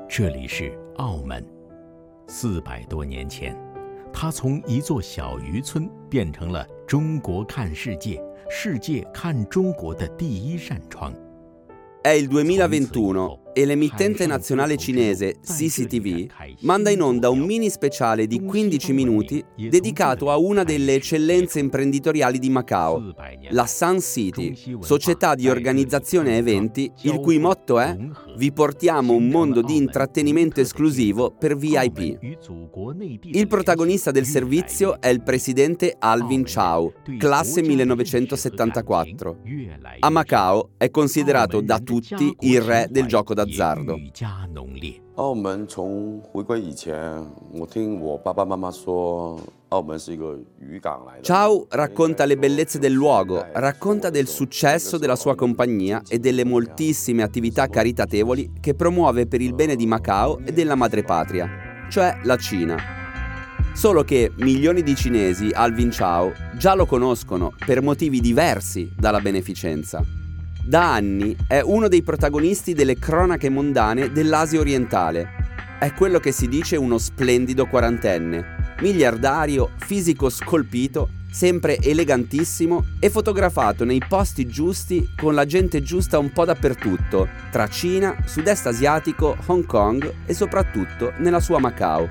这里是澳门。400多年前，它从一座小渔村变成了中国看世界、世界看中国的第一扇窗。 È il 2021 e l'emittente nazionale cinese CCTV manda in onda un mini speciale di 15 minuti dedicato a una delle eccellenze imprenditoriali di Macao, la Sun City, società di organizzazione eventi il cui motto è «Vi portiamo un mondo di intrattenimento esclusivo per VIP». Il protagonista del servizio è il presidente Alvin Chao, classe 1974. A Macao è considerato da tutti il re del gioco d'azzardo. 澳门从回归以前，我听我爸爸妈妈说，澳门是一个渔港来的。 Chao racconta le bellezze del luogo, racconta del successo della sua compagnia e delle moltissime attività caritatevoli che promuove per il bene di Macao e della madrepatria, cioè la Cina. Solo che milioni di cinesi, Alvin Chao, già lo conoscono per motivi diversi dalla beneficenza. Da anni è uno dei protagonisti delle cronache mondane dell'Asia orientale. È quello che si dice uno splendido quarantenne, miliardario, fisico scolpito, sempre elegantissimo e fotografato nei posti giusti con la gente giusta un po' dappertutto, tra Cina, sud-est asiatico, Hong Kong e soprattutto nella sua Macao.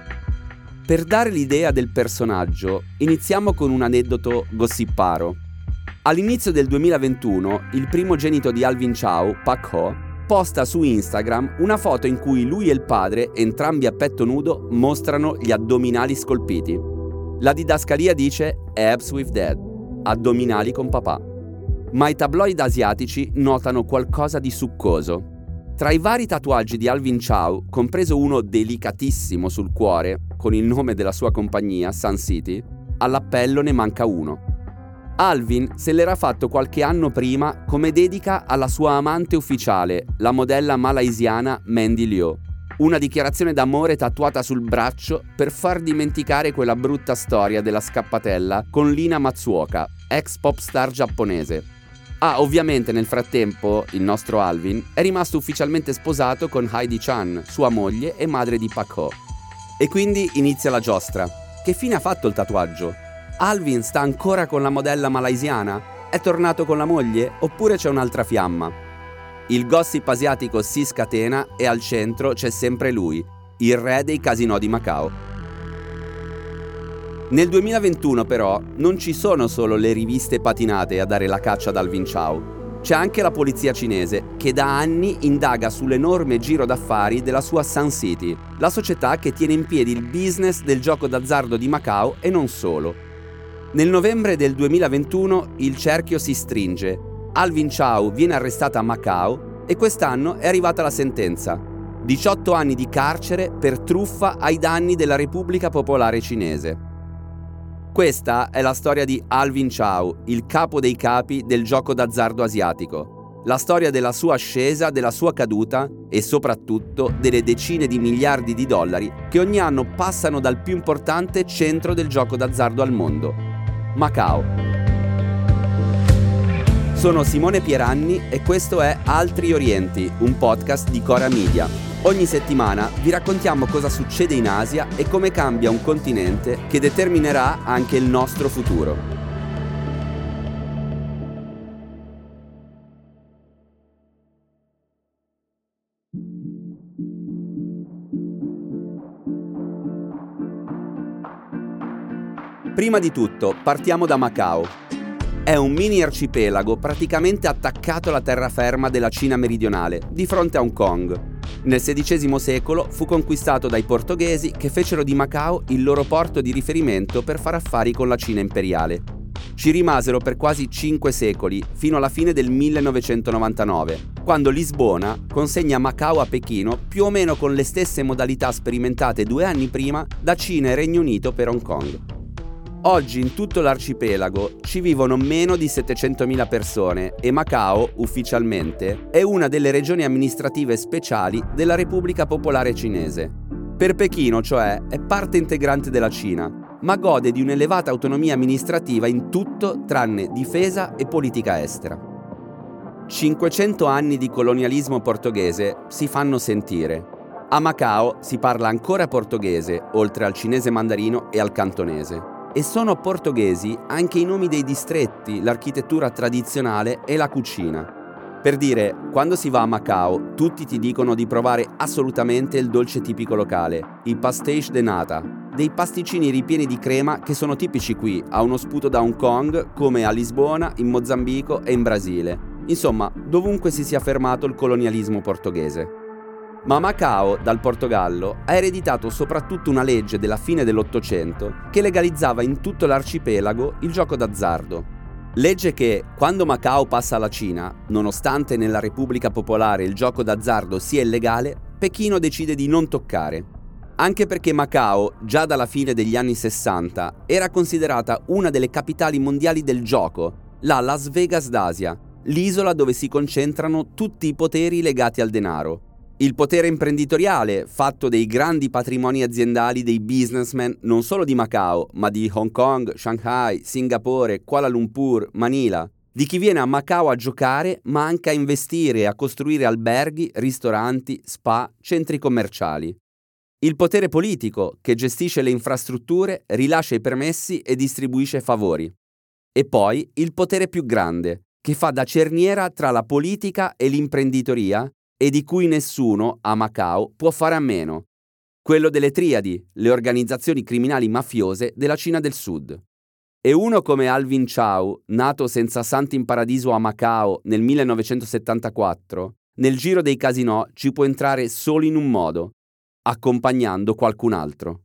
Per dare l'idea del personaggio, iniziamo con un aneddoto gossiparo. All'inizio del 2021, il primogenito di Alvin Chao, Pak Ho, posta su Instagram una foto in cui lui e il padre, entrambi a petto nudo, mostrano gli addominali scolpiti. La didascalia dice «Abs with Dad», addominali con papà. Ma i tabloid asiatici notano qualcosa di succoso. Tra i vari tatuaggi di Alvin Chao, compreso uno delicatissimo sul cuore, con il nome della sua compagnia, Sun City, all'appello ne manca uno. Alvin se l'era fatto qualche anno prima come dedica alla sua amante ufficiale, la modella malaysiana Mandy Liu. Una dichiarazione d'amore tatuata sul braccio per far dimenticare quella brutta storia della scappatella con Lina Matsuoka, ex pop star giapponese. Ovviamente nel frattempo il nostro Alvin è rimasto ufficialmente sposato con Heidi Chan, sua moglie e madre di Pak Ho. E quindi inizia la giostra. Che fine ha fatto il tatuaggio? Alvin sta ancora con la modella malaysiana? È tornato con la moglie? Oppure c'è un'altra fiamma? Il gossip asiatico si scatena e al centro c'è sempre lui, il re dei casinò di Macao. Nel 2021 però non ci sono solo le riviste patinate a dare la caccia ad Alvin Chao. C'è anche la polizia cinese che da anni indaga sull'enorme giro d'affari della sua Sun City, la società che tiene in piedi il business del gioco d'azzardo di Macao e non solo. Nel novembre del 2021 il cerchio si stringe. Alvin Chao viene arrestata a Macao e quest'anno è arrivata la sentenza. 18 anni di carcere per truffa ai danni della Repubblica Popolare Cinese. Questa è la storia di Alvin Chao, il capo dei capi del gioco d'azzardo asiatico. La storia della sua ascesa, della sua caduta e soprattutto delle decine di miliardi di dollari che ogni anno passano dal più importante centro del gioco d'azzardo al mondo, Macao. Sono Simone Pieranni e questo è Altri Orienti, un podcast di Cora Media. Ogni settimana vi raccontiamo cosa succede in Asia e come cambia un continente che determinerà anche il nostro futuro. Prima di tutto, partiamo da Macao. È un mini arcipelago praticamente attaccato alla terraferma della Cina meridionale, di fronte a Hong Kong. Nel XVI secolo fu conquistato dai portoghesi che fecero di Macao il loro porto di riferimento per fare affari con la Cina imperiale. Ci rimasero per quasi 5 secoli, fino alla fine del 1999, quando Lisbona consegna Macao a Pechino più o meno con le stesse modalità sperimentate 2 anni prima da Cina e Regno Unito per Hong Kong. Oggi in tutto l'arcipelago ci vivono meno di 700.000 persone e Macao, ufficialmente, è una delle regioni amministrative speciali della Repubblica Popolare Cinese. Per Pechino, cioè, è parte integrante della Cina, ma gode di un'elevata autonomia amministrativa in tutto tranne difesa e politica estera. 500 anni di colonialismo portoghese si fanno sentire. A Macao si parla ancora portoghese, oltre al cinese mandarino e al cantonese. E sono portoghesi anche i nomi dei distretti, l'architettura tradizionale e la cucina. Per dire, quando si va a Macao, tutti ti dicono di provare assolutamente il dolce tipico locale, i pastéis de nata, dei pasticcini ripieni di crema che sono tipici qui, a uno sputo da Hong Kong, come a Lisbona, in Mozambico e in Brasile. Insomma, dovunque si sia fermato il colonialismo portoghese. Ma Macao, dal Portogallo, ha ereditato soprattutto una legge della fine dell'Ottocento che legalizzava in tutto l'arcipelago il gioco d'azzardo. Legge che, quando Macao passa alla Cina, nonostante nella Repubblica Popolare il gioco d'azzardo sia illegale, Pechino decide di non toccare. Anche perché Macao, già dalla fine degli anni 60, era considerata una delle capitali mondiali del gioco, la Las Vegas d'Asia, l'isola dove si concentrano tutti i poteri legati al denaro. Il potere imprenditoriale, fatto dei grandi patrimoni aziendali dei businessmen non solo di Macao, ma di Hong Kong, Shanghai, Singapore, Kuala Lumpur, Manila, di chi viene a Macao a giocare, ma anche a investire e a costruire alberghi, ristoranti, spa, centri commerciali. Il potere politico, che gestisce le infrastrutture, rilascia i permessi e distribuisce favori. E poi il potere più grande, che fa da cerniera tra la politica e l'imprenditoria, e di cui nessuno, a Macao, può fare a meno. Quello delle triadi, le organizzazioni criminali mafiose della Cina del Sud. E uno come Alvin Chau, nato senza santi in paradiso a Macao nel 1974, nel giro dei casinò ci può entrare solo in un modo, accompagnando qualcun altro.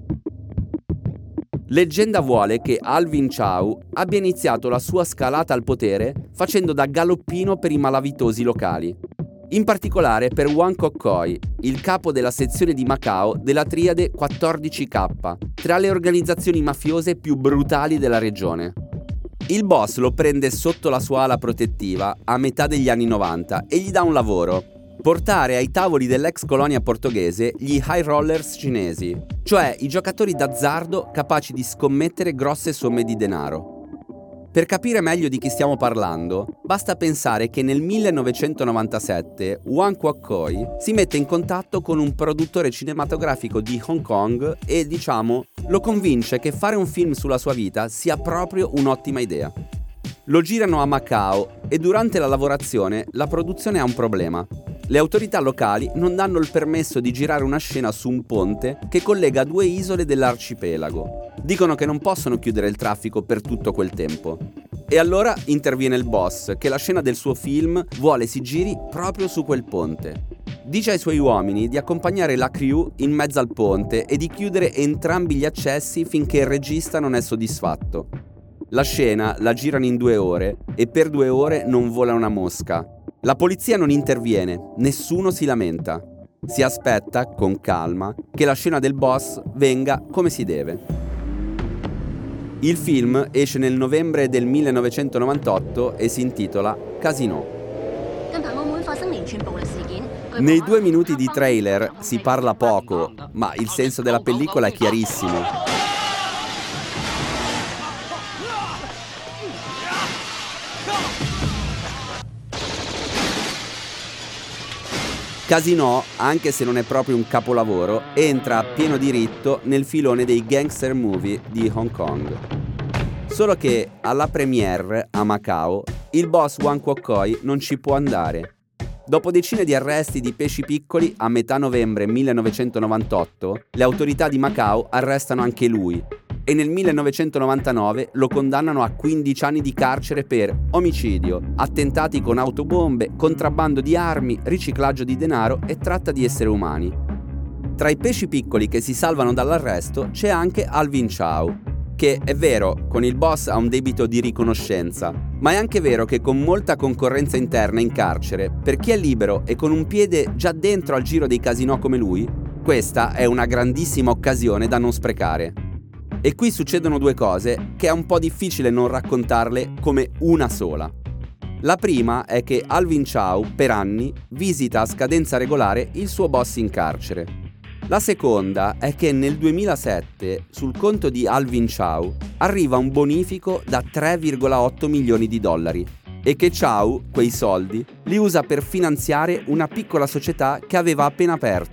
Leggenda vuole che Alvin Chau abbia iniziato la sua scalata al potere facendo da galoppino per i malavitosi locali. In particolare per Wan Kok Koi, il capo della sezione di Macao della triade 14K, tra le organizzazioni mafiose più brutali della regione. Il boss lo prende sotto la sua ala protettiva a metà degli anni 90 e gli dà un lavoro: portare ai tavoli dell'ex colonia portoghese gli high rollers cinesi, cioè i giocatori d'azzardo capaci di scommettere grosse somme di denaro. Per capire meglio di chi stiamo parlando, basta pensare che nel 1997 Wan Kok Koi si mette in contatto con un produttore cinematografico di Hong Kong e, lo convince che fare un film sulla sua vita sia proprio un'ottima idea. Lo girano a Macao e durante la lavorazione la produzione ha un problema. Le autorità locali non danno il permesso di girare una scena su un ponte che collega due isole dell'arcipelago. Dicono che non possono chiudere il traffico per tutto quel tempo. E allora interviene il boss, che la scena del suo film vuole si giri proprio su quel ponte. Dice ai suoi uomini di accompagnare la crew in mezzo al ponte e di chiudere entrambi gli accessi finché il regista non è soddisfatto. La scena la girano in 2 ore e per 2 ore non vola una mosca. La polizia non interviene, nessuno si lamenta. Si aspetta, con calma, che la scena del boss venga come si deve. Il film esce nel novembre del 1998 e si intitola Casino. Nei 2 minuti di trailer si parla poco, ma il senso della pellicola è chiarissimo. Casino, anche se non è proprio un capolavoro, entra a pieno diritto nel filone dei gangster movie di Hong Kong. Solo che alla premiere a Macao il boss Wan Kok Koi non ci può andare. Dopo decine di arresti di pesci piccoli, a metà novembre 1998, le autorità di Macao arrestano anche lui e nel 1999 lo condannano a 15 anni di carcere per omicidio, attentati con autobombe, contrabbando di armi, riciclaggio di denaro e tratta di esseri umani. Tra i pesci piccoli che si salvano dall'arresto c'è anche Alvin Chau, che è vero, con il boss ha un debito di riconoscenza, ma è anche vero che con molta concorrenza interna in carcere, per chi è libero e con un piede già dentro al giro dei casinò come lui, questa è una grandissima occasione da non sprecare. E qui succedono 2 cose che è un po' difficile non raccontarle come una sola. La prima è che Alvin Chau, per anni, visita a scadenza regolare il suo boss in carcere. La seconda è che nel 2007, sul conto di Alvin Chau, arriva un bonifico da 3,8 milioni di dollari e che Chau, quei soldi, li usa per finanziare una piccola società che aveva appena aperto,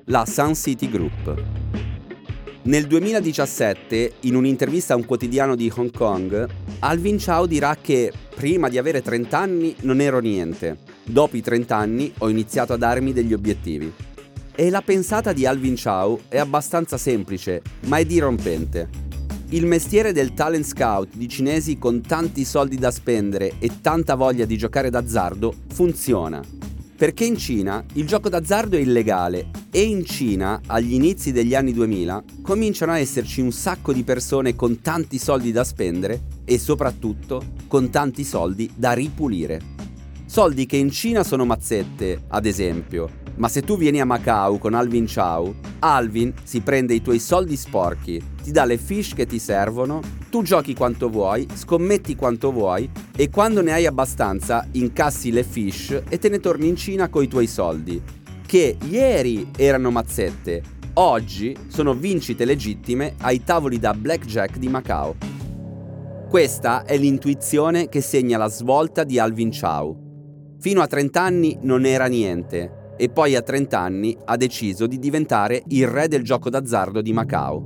la Sun City Group. Nel 2017, in un'intervista a un quotidiano di Hong Kong, Alvin Chau dirà che prima di avere 30 anni non ero niente. Dopo i 30 anni ho iniziato a darmi degli obiettivi. E la pensata di Alvin Chau è abbastanza semplice, ma è dirompente. Il mestiere del talent scout di cinesi con tanti soldi da spendere e tanta voglia di giocare d'azzardo funziona. Perché in Cina il gioco d'azzardo è illegale e in Cina, agli inizi degli anni 2000, cominciano a esserci un sacco di persone con tanti soldi da spendere e soprattutto con tanti soldi da ripulire. Soldi che in Cina sono mazzette, ad esempio, ma se tu vieni a Macau con Alvin Chau, Alvin si prende i tuoi soldi sporchi, ti dà le fish che ti servono, tu giochi quanto vuoi, scommetti quanto vuoi e quando ne hai abbastanza incassi le fish e te ne torni in Cina coi tuoi soldi, che ieri erano mazzette, oggi sono vincite legittime ai tavoli da blackjack di Macau. Questa è l'intuizione che segna la svolta di Alvin Chau. Fino a 30 anni non era niente e poi a 30 anni ha deciso di diventare il re del gioco d'azzardo di Macau.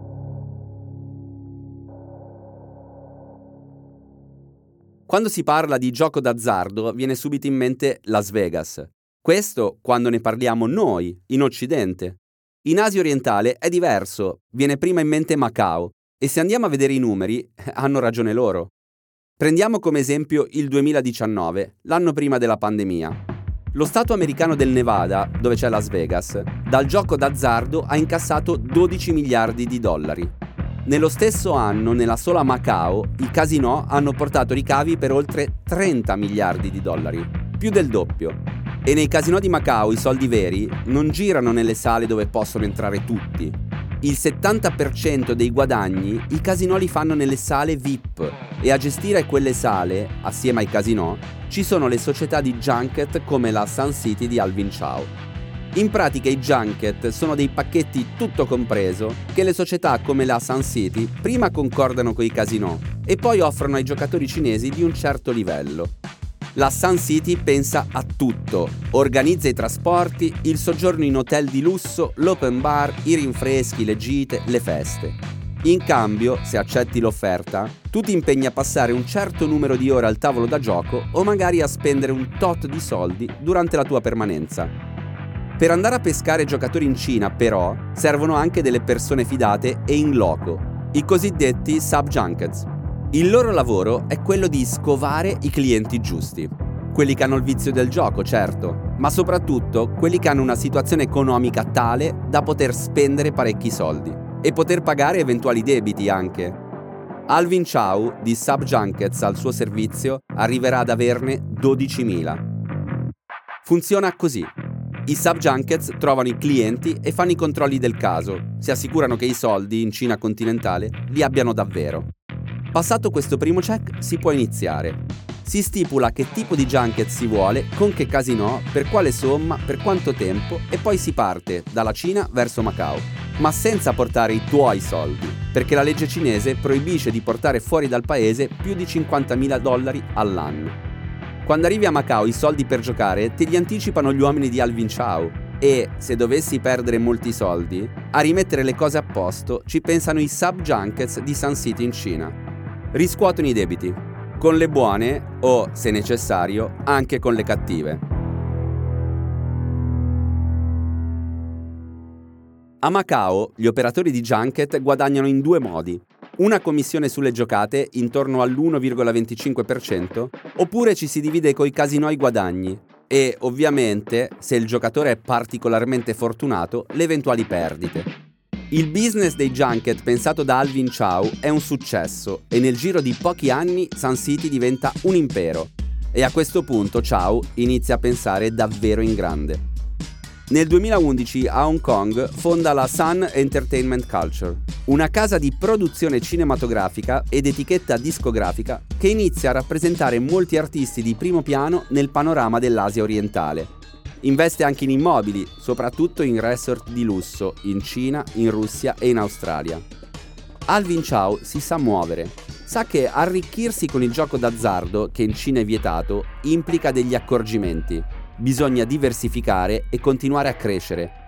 Quando si parla di gioco d'azzardo viene subito in mente Las Vegas. Questo quando ne parliamo noi, in Occidente. In Asia orientale è diverso, viene prima in mente Macau e se andiamo a vedere i numeri hanno ragione loro. Prendiamo come esempio il 2019, l'anno prima della pandemia. Lo stato americano del Nevada, dove c'è Las Vegas, dal gioco d'azzardo ha incassato 12 miliardi di dollari. Nello stesso anno, nella sola Macau, i casinò hanno portato ricavi per oltre 30 miliardi di dollari, più del doppio. E nei casinò di Macau i soldi veri non girano nelle sale dove possono entrare tutti. Il 70% dei guadagni i casinò li fanno nelle sale VIP e a gestire quelle sale, assieme ai casinò, ci sono le società di junket come la Sun City di Alvin Chau. In pratica i junket sono dei pacchetti tutto compreso che le società come la Sun City prima concordano coi casinò e poi offrono ai giocatori cinesi di un certo livello. La Sun City pensa a tutto, organizza i trasporti, il soggiorno in hotel di lusso, l'open bar, i rinfreschi, le gite, le feste. In cambio, se accetti l'offerta, tu ti impegni a passare un certo numero di ore al tavolo da gioco o magari a spendere un tot di soldi durante la tua permanenza. Per andare a pescare giocatori in Cina, però, servono anche delle persone fidate e in loco, i cosiddetti sub-junkets. Il loro lavoro è quello di scovare i clienti giusti. Quelli che hanno il vizio del gioco, certo, ma soprattutto quelli che hanno una situazione economica tale da poter spendere parecchi soldi e poter pagare eventuali debiti anche. Alvin Chau, di sub-junkets al suo servizio, arriverà ad averne 12.000. Funziona così. I sub-junkets trovano i clienti e fanno i controlli del caso, si assicurano che i soldi in Cina continentale li abbiano davvero. Passato questo primo check si può iniziare. Si stipula che tipo di junket si vuole, con che casinò, per quale somma, per quanto tempo e poi si parte dalla Cina verso Macau, ma senza portare i tuoi soldi, perché la legge cinese proibisce di portare fuori dal paese più di $50.000 all'anno. Quando arrivi a Macau i soldi per giocare te li anticipano gli uomini di Alvin Chau e, se dovessi perdere molti soldi, a rimettere le cose a posto ci pensano i sub-junkets di Sun City in Cina. Riscuotono i debiti, con le buone o, se necessario, anche con le cattive. A Macau gli operatori di junket guadagnano in due modi. Una commissione sulle giocate intorno all'1,25% oppure ci si divide coi casinò i guadagni e, ovviamente, se il giocatore è particolarmente fortunato, le eventuali perdite. Il business dei junket pensato da Alvin Chau è un successo e nel giro di pochi anni Sun City diventa un impero e a questo punto Chau inizia a pensare davvero in grande. Nel 2011 a Hong Kong fonda la Sun Entertainment Culture, una casa di produzione cinematografica ed etichetta discografica che inizia a rappresentare molti artisti di primo piano nel panorama dell'Asia orientale. Investe anche in immobili, soprattutto in resort di lusso, in Cina, in Russia e in Australia. Alvin Chau si sa muovere. Sa che arricchirsi con il gioco d'azzardo, che in Cina è vietato, implica degli accorgimenti. Bisogna diversificare e continuare a crescere,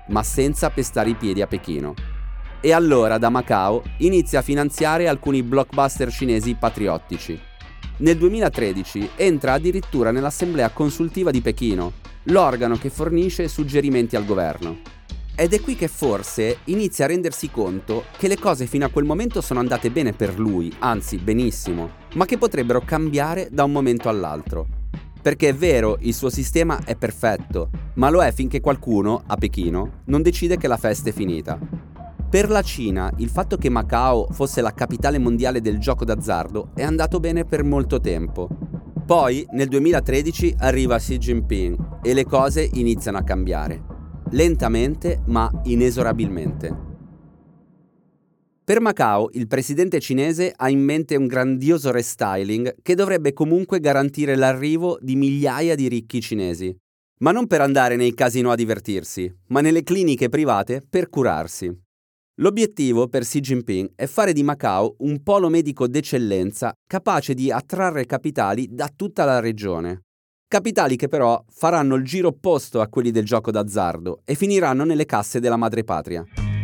ma senza pestare i piedi a Pechino. E allora da Macao inizia a finanziare alcuni blockbuster cinesi patriottici. Nel 2013 entra addirittura nell'Assemblea Consultiva di Pechino, l'organo che fornisce suggerimenti al governo. Ed è qui che forse inizia a rendersi conto che le cose fino a quel momento sono andate bene per lui, anzi benissimo, ma che potrebbero cambiare da un momento all'altro. Perché è vero, il suo sistema è perfetto, ma lo è finché qualcuno, a Pechino, non decide che la festa è finita. Per la Cina, il fatto che Macao fosse la capitale mondiale del gioco d'azzardo è andato bene per molto tempo. Poi, nel 2013, arriva Xi Jinping e le cose iniziano a cambiare. Lentamente, ma inesorabilmente. Per Macao, il presidente cinese ha in mente un grandioso restyling che dovrebbe comunque garantire l'arrivo di migliaia di ricchi cinesi. Ma non per andare nei casinò a divertirsi, ma nelle cliniche private per curarsi. L'obiettivo per Xi Jinping è fare di Macao un polo medico d'eccellenza capace di attrarre capitali da tutta la regione. Capitali che però faranno il giro opposto a quelli del gioco d'azzardo e finiranno nelle casse della madrepatria.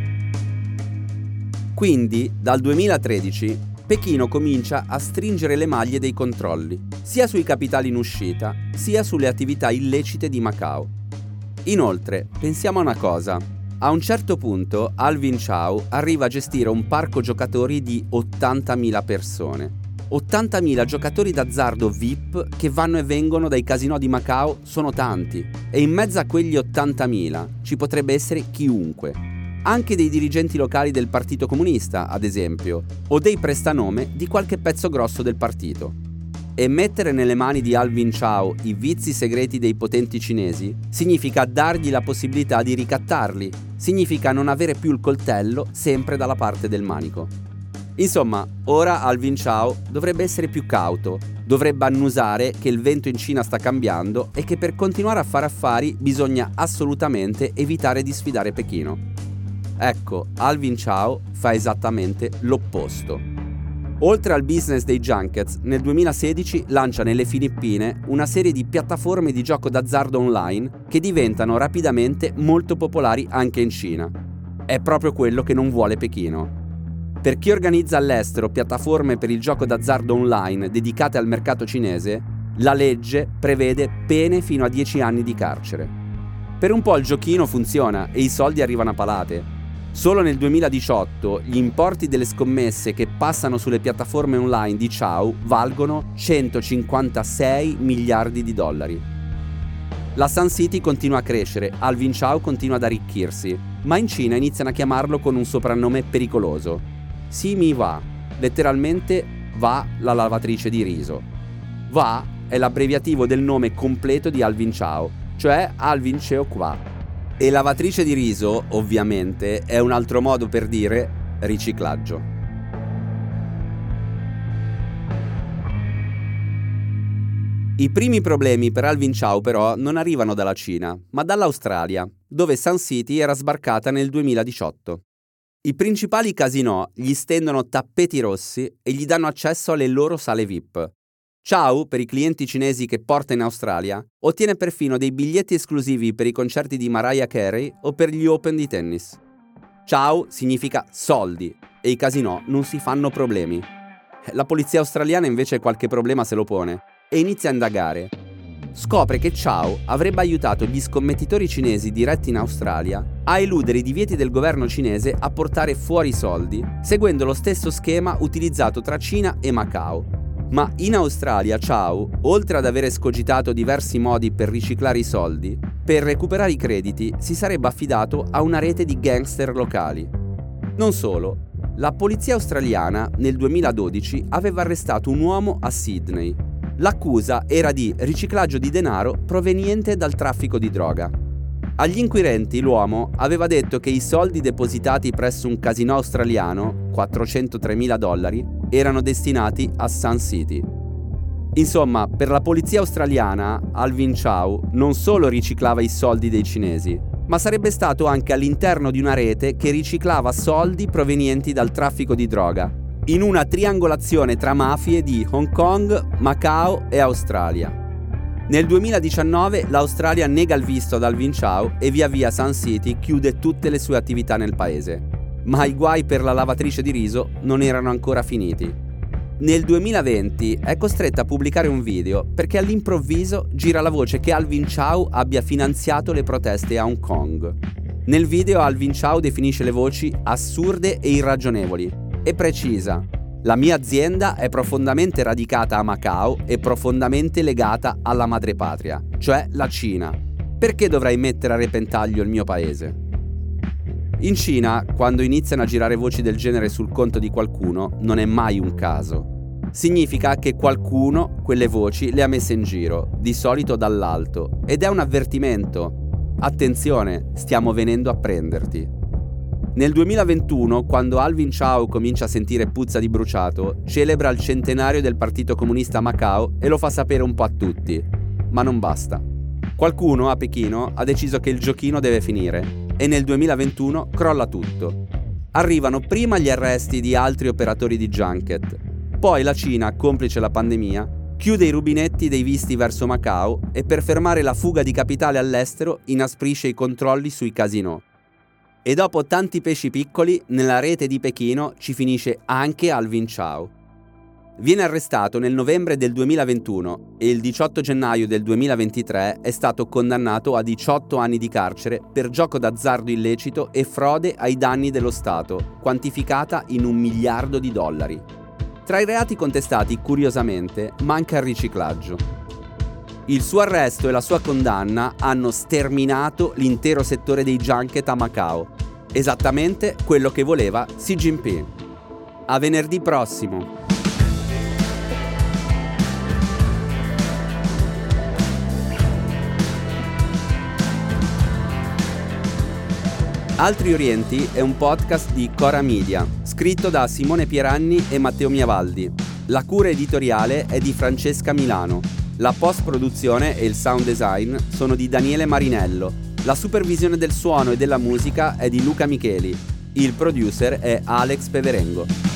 Quindi, dal 2013, Pechino comincia a stringere le maglie dei controlli, sia sui capitali in uscita, sia sulle attività illecite di Macao. Inoltre, pensiamo a una cosa. A un certo punto, Alvin Chao arriva a gestire un parco giocatori di 80.000 persone. 80.000 giocatori d'azzardo VIP che vanno e vengono dai casinò di Macao sono tanti, e in mezzo a quegli 80.000 ci potrebbe essere chiunque. Anche dei dirigenti locali del Partito Comunista, ad esempio, o dei prestanome di qualche pezzo grosso del partito. E mettere nelle mani di Alvin Chao i vizi segreti dei potenti cinesi significa dargli la possibilità di ricattarli, significa non avere più il coltello sempre dalla parte del manico. Insomma, ora Alvin Chao dovrebbe essere più cauto, dovrebbe annusare che il vento in Cina sta cambiando e che per continuare a fare affari bisogna assolutamente evitare di sfidare Pechino. Ecco, Alvin Chao fa esattamente l'opposto. Oltre al business dei junkets, nel 2016 lancia nelle Filippine una serie di piattaforme di gioco d'azzardo online che diventano rapidamente molto popolari anche in Cina. È proprio quello che non vuole Pechino. Per chi organizza all'estero piattaforme per il gioco d'azzardo online dedicate al mercato cinese, la legge prevede pene fino a 10 anni di carcere. Per un po' il giochino funziona e i soldi arrivano a palate. Solo nel 2018 gli importi delle scommesse che passano sulle piattaforme online di Chao valgono 156 miliardi di dollari. La Sun City continua a crescere, Alvin Chao continua ad arricchirsi, ma in Cina iniziano a chiamarlo con un soprannome pericoloso. Simi Va, letteralmente Va la lavatrice di riso. Va è l'abbreviativo del nome completo di Alvin Chao, cioè Alvin Cheo Qua. E lavatrice di riso, ovviamente, è un altro modo per dire riciclaggio. I primi problemi per Alvin Chao però non arrivano dalla Cina, ma dall'Australia, dove Sun City era sbarcata nel 2018. I principali casinò gli stendono tappeti rossi e gli danno accesso alle loro sale VIP. Chao, per i clienti cinesi che porta in Australia, ottiene perfino dei biglietti esclusivi per i concerti di Mariah Carey o per gli Open di tennis. Chao significa soldi e i casinò non si fanno problemi. La polizia australiana invece qualche problema se lo pone e inizia a indagare. Scopre che Chao avrebbe aiutato gli scommettitori cinesi diretti in Australia a eludere i divieti del governo cinese a portare fuori i soldi, seguendo lo stesso schema utilizzato tra Cina e Macao. Ma in Australia Chao, oltre ad aver escogitato diversi modi per riciclare i soldi, per recuperare i crediti si sarebbe affidato a una rete di gangster locali. Non solo, la polizia australiana nel 2012 aveva arrestato un uomo a Sydney. L'accusa era di riciclaggio di denaro proveniente dal traffico di droga. Agli inquirenti l'uomo aveva detto che i soldi depositati presso un casinò australiano, $403.000, erano destinati a Sun City. Insomma, per la polizia australiana, Alvin Chao non solo riciclava i soldi dei cinesi, ma sarebbe stato anche all'interno di una rete che riciclava soldi provenienti dal traffico di droga, in una triangolazione tra mafie di Hong Kong, Macao e Australia. Nel 2019 l'Australia nega il visto ad Alvin Chau e via via Sun City chiude tutte le sue attività nel paese. Ma i guai per la lavatrice di riso non erano ancora finiti. Nel 2020 è costretta a pubblicare un video perché all'improvviso gira la voce che Alvin Chau abbia finanziato le proteste a Hong Kong. Nel video Alvin Chau definisce le voci assurde e irragionevoli e precisa: la mia azienda è profondamente radicata a Macao e profondamente legata alla madrepatria, cioè la Cina. Perché dovrei mettere a repentaglio il mio paese? In Cina, quando iniziano a girare voci del genere sul conto di qualcuno, non è mai un caso. Significa che qualcuno quelle voci le ha messe in giro, di solito dall'alto, ed è un avvertimento. Attenzione, stiamo venendo a prenderti. Nel 2021, quando Alvin Chau comincia a sentire puzza di bruciato, celebra il centenario del Partito Comunista a Macao e lo fa sapere un po' a tutti. Ma non basta. Qualcuno a Pechino ha deciso che il giochino deve finire e nel 2021 crolla tutto. Arrivano prima gli arresti di altri operatori di junket, poi la Cina, complice la pandemia, chiude i rubinetti dei visti verso Macao e per fermare la fuga di capitale all'estero inasprisce i controlli sui casinò. E dopo tanti pesci piccoli, nella rete di Pechino ci finisce anche Alvin Chau. Viene arrestato nel novembre del 2021 e il 18 gennaio del 2023 è stato condannato a 18 anni di carcere per gioco d'azzardo illecito e frode ai danni dello Stato, quantificata in $1 miliardo. Tra i reati contestati, curiosamente, manca il riciclaggio. Il suo arresto e la sua condanna hanno sterminato l'intero settore dei junket a Macao, esattamente quello che voleva Xi Jinping. A venerdì prossimo! Altri Orienti è un podcast di Cora Media, scritto da Simone Pieranni e Matteo Miavaldi. La cura editoriale è di Francesca Milano. La post-produzione e il sound design sono di Daniele Marinello. La supervisione del suono e della musica è di Luca Micheli. Il producer è Alex Peverengo.